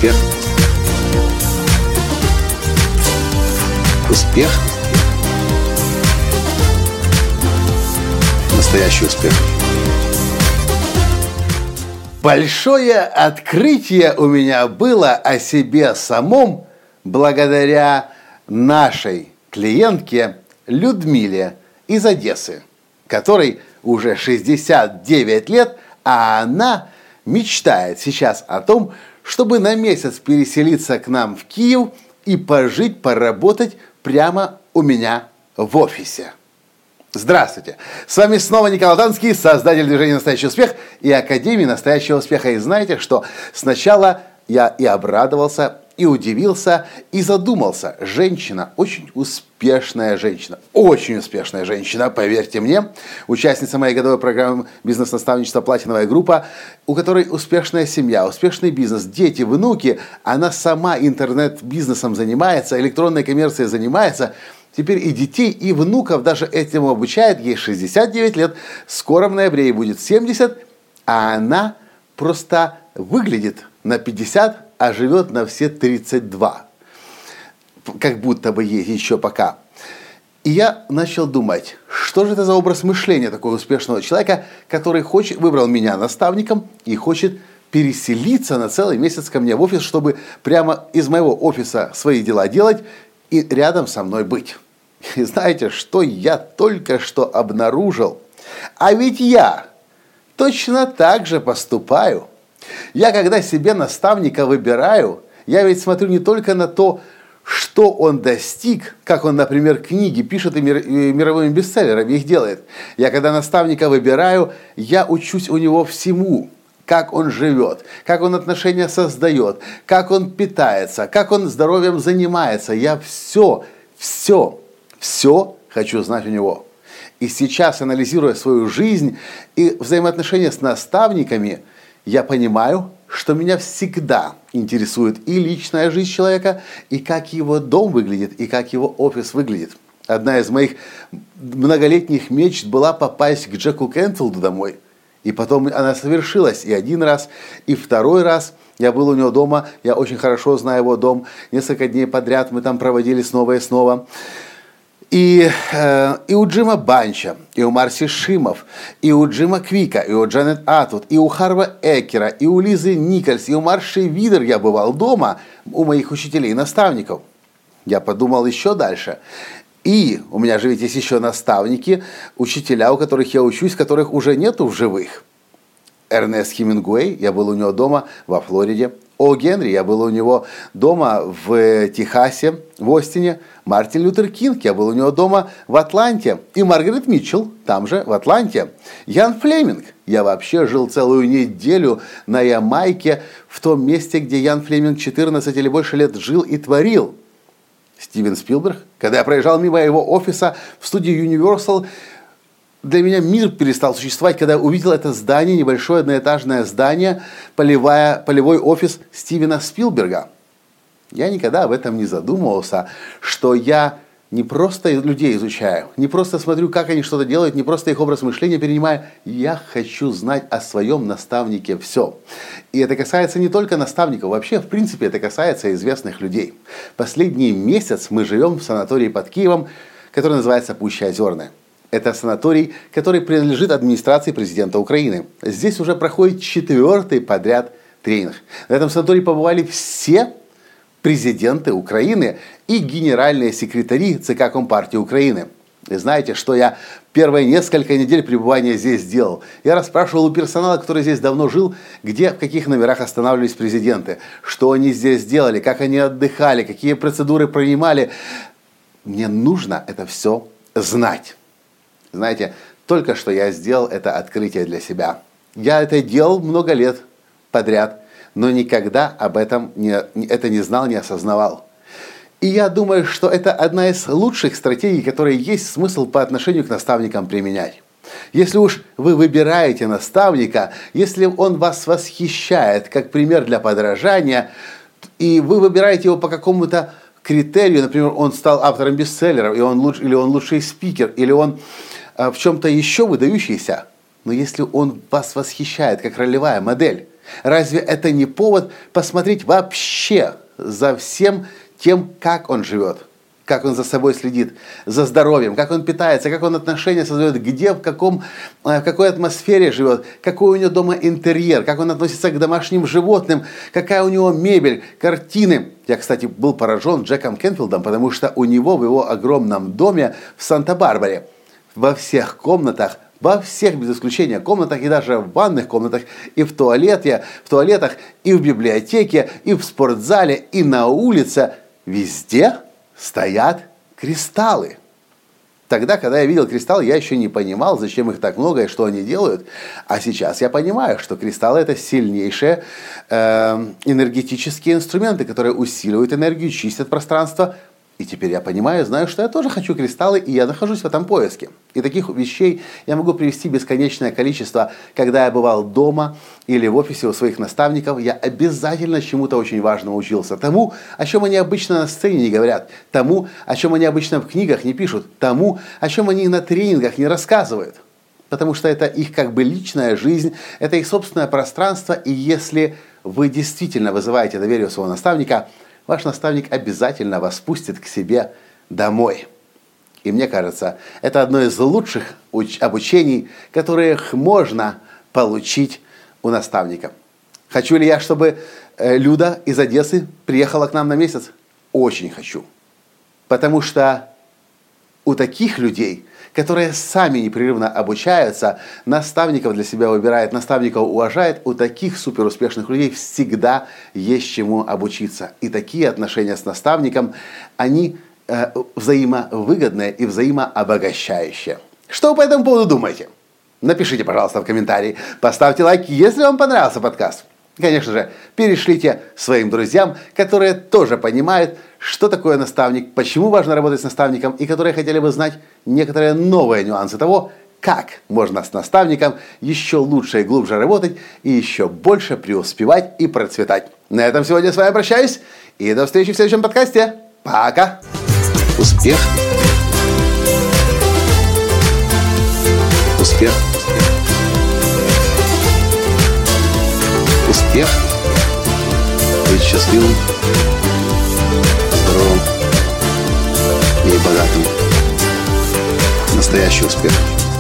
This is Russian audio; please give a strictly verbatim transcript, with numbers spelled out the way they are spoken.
Успех. Успех. Настоящий успех. Большое открытие у меня было о себе самом благодаря нашей клиентке Людмиле из Одессы, которой уже шестьдесят девять лет, а она мечтает сейчас о том, чтобы на месяц переселиться к нам в Киев и пожить, поработать прямо у меня в офисе. Здравствуйте! С вами снова Николай Танский, создатель движения «Настоящий успех» и Академии настоящего успеха. И знаете, что сначала я и обрадовался, и удивился, и задумался. Женщина, очень успешная женщина, очень успешная женщина, поверьте мне, участница моей годовой программы «Бизнес-наставничество. Платиновая группа», у которой успешная семья, успешный бизнес, дети, внуки, она сама интернет-бизнесом занимается, электронной коммерцией занимается. Теперь и детей, и внуков даже этому обучает. Ей шестьдесят девять лет, скоро в ноябре ей будет семьдесят, а она просто выглядит на пятьдесят, а живет на все тридцать два. Как будто бы ей еще пока. И я начал думать, что же это за образ мышления такого успешного человека, который хочет, выбрал меня наставником и хочет переселиться на целый месяц ко мне в офис, чтобы прямо из моего офиса свои дела делать и рядом со мной быть. И знаете, что я только что обнаружил? А ведь я точно так же поступаю. Я, когда себе наставника выбираю, я ведь смотрю не только на то, что он достиг, как он, например, книги пишет и, мир, и мировыми бестселлерами их делает. Я, когда наставника выбираю, я учусь у него всему. Как он живет, как он отношения создает, как он питается, как он здоровьем занимается. Я все, все, все хочу знать у него. И сейчас, анализируя свою жизнь и взаимоотношения с наставниками, я понимаю, что меня всегда интересует и личная жизнь человека, и как его дом выглядит, и как его офис выглядит. Одна из моих многолетних мечт была попасть к Джеку Кенфилду домой. И потом она совершилась и один раз, и второй раз. Я был у него дома, я очень хорошо знаю его дом. Несколько дней подряд мы там проводили снова и снова. И, э, и у Джима Банча, и у Марси Шимов, и у Джима Квика, и у Джанет Атвуд, и у Харва Экера, и у Лизы Никольс, и у Марши Видер я бывал дома, у моих учителей и наставников. Я подумал еще дальше. И у меня же ведь есть еще наставники, учителя, у которых я учусь, которых уже нету в живых. Эрнест Хемингуэй, я был у него дома во Флориде. О. Генри, я был у него дома в Техасе, в Остине. Мартин Лютер Кинг, я был у него дома в Атланте. И Маргарет Митчелл, там же, в Атланте. Ян Флеминг, я вообще жил целую неделю на Ямайке, в том месте, где Ян Флеминг четырнадцать или больше лет жил и творил. Стивен Спилберг, когда я проезжал мимо его офиса в студии Universal, для меня мир перестал существовать, когда я увидел это здание, небольшое одноэтажное здание, полевая, полевой офис Стивена Спилберга. Я никогда об этом не задумывался, что я не просто людей изучаю, не просто смотрю, как они что-то делают, не просто их образ мышления перенимаю. Я хочу знать о своем наставнике все. И это касается не только наставников, вообще, в принципе, это касается известных людей. Последний месяц мы живем в санатории под Киевом, который называется Пуща Озерная. Это санаторий, который принадлежит администрации президента Украины. Здесь уже проходит четвертый подряд тренинг. На этом санатории побывали все президенты Украины и генеральные секретари ЦК Компартии Украины. И знаете, что я первые несколько недель пребывания здесь сделал? Я расспрашивал у персонала, который здесь давно жил, где, в каких номерах останавливались президенты, что они здесь делали, как они отдыхали, какие процедуры принимали. Мне нужно это все знать. Знаете, только что я сделал это открытие для себя. Я это делал много лет подряд, но никогда об этом не, это не знал, не осознавал. И я думаю, что это одна из лучших стратегий, которые есть смысл по отношению к наставникам применять. Если уж вы выбираете наставника, если он вас восхищает как пример для подражания, и вы выбираете его по какому-то критерию, например, он стал автором бестселлеров, и он луч, или он лучший спикер, или он в чем-то еще выдающийся, но если он вас восхищает как ролевая модель, Разве это не повод посмотреть вообще за всем тем, как он живет? Как он за собой следит, за здоровьем, как он питается, как он отношения создает, где, в, каком, в какой атмосфере живет, какой у него дома интерьер, как он относится к домашним животным, какая у него мебель, картины. Я, кстати, был поражен Джеком Кенфилдом, потому что у него в его огромном доме в Санта-Барбаре во всех комнатах, во всех, без исключения, комнатах, и даже в ванных комнатах, и в туалете, в туалетах, и в библиотеке, и в спортзале, и на улице, везде стоят кристаллы. Тогда, когда я видел кристаллы, я еще не понимал, зачем их так много и что они делают. А сейчас я понимаю, что кристаллы – это сильнейшие э, энергетические инструменты, которые усиливают энергию, чистят пространство. И теперь я понимаю, знаю, что я тоже хочу кристаллы, и я нахожусь в этом поиске. И таких вещей я могу привести бесконечное количество. Когда я бывал дома или в офисе у своих наставников, я обязательно чему-то очень важному учился. Тому, о чем они обычно на сцене не говорят. Тому, о чем они обычно в книгах не пишут. Тому, о чем они на тренингах не рассказывают. Потому что это их как бы личная жизнь, это их собственное пространство. И если вы действительно вызываете доверие у своего наставника, ваш наставник обязательно вас пустит к себе домой. И мне кажется, это одно из лучших уч- обучений, которых можно получить у наставника. Хочу ли я, чтобы э, Люда из Одессы приехала к нам на месяц? Очень хочу. Потому что у таких людей, которые сами непрерывно обучаются, наставников для себя выбирают, наставников уважают, у таких суперуспешных людей всегда есть чему обучиться. И такие отношения с наставником, они э, взаимовыгодные и взаимообогащающие. Что вы по этому поводу думаете? Напишите, пожалуйста, в комментарии, поставьте лайк, если вам понравился подкаст. Конечно же, перешлите своим друзьям, которые тоже понимают, что такое наставник, почему важно работать с наставником, и которые хотели бы знать некоторые новые нюансы того, как можно с наставником еще лучше и глубже работать, и еще больше преуспевать и процветать. На этом сегодня с вами прощаюсь, и до встречи в следующем подкасте. Пока! Успех! Успех! Успех! Быть счастливым, здоровым и богатым. Настоящий успех.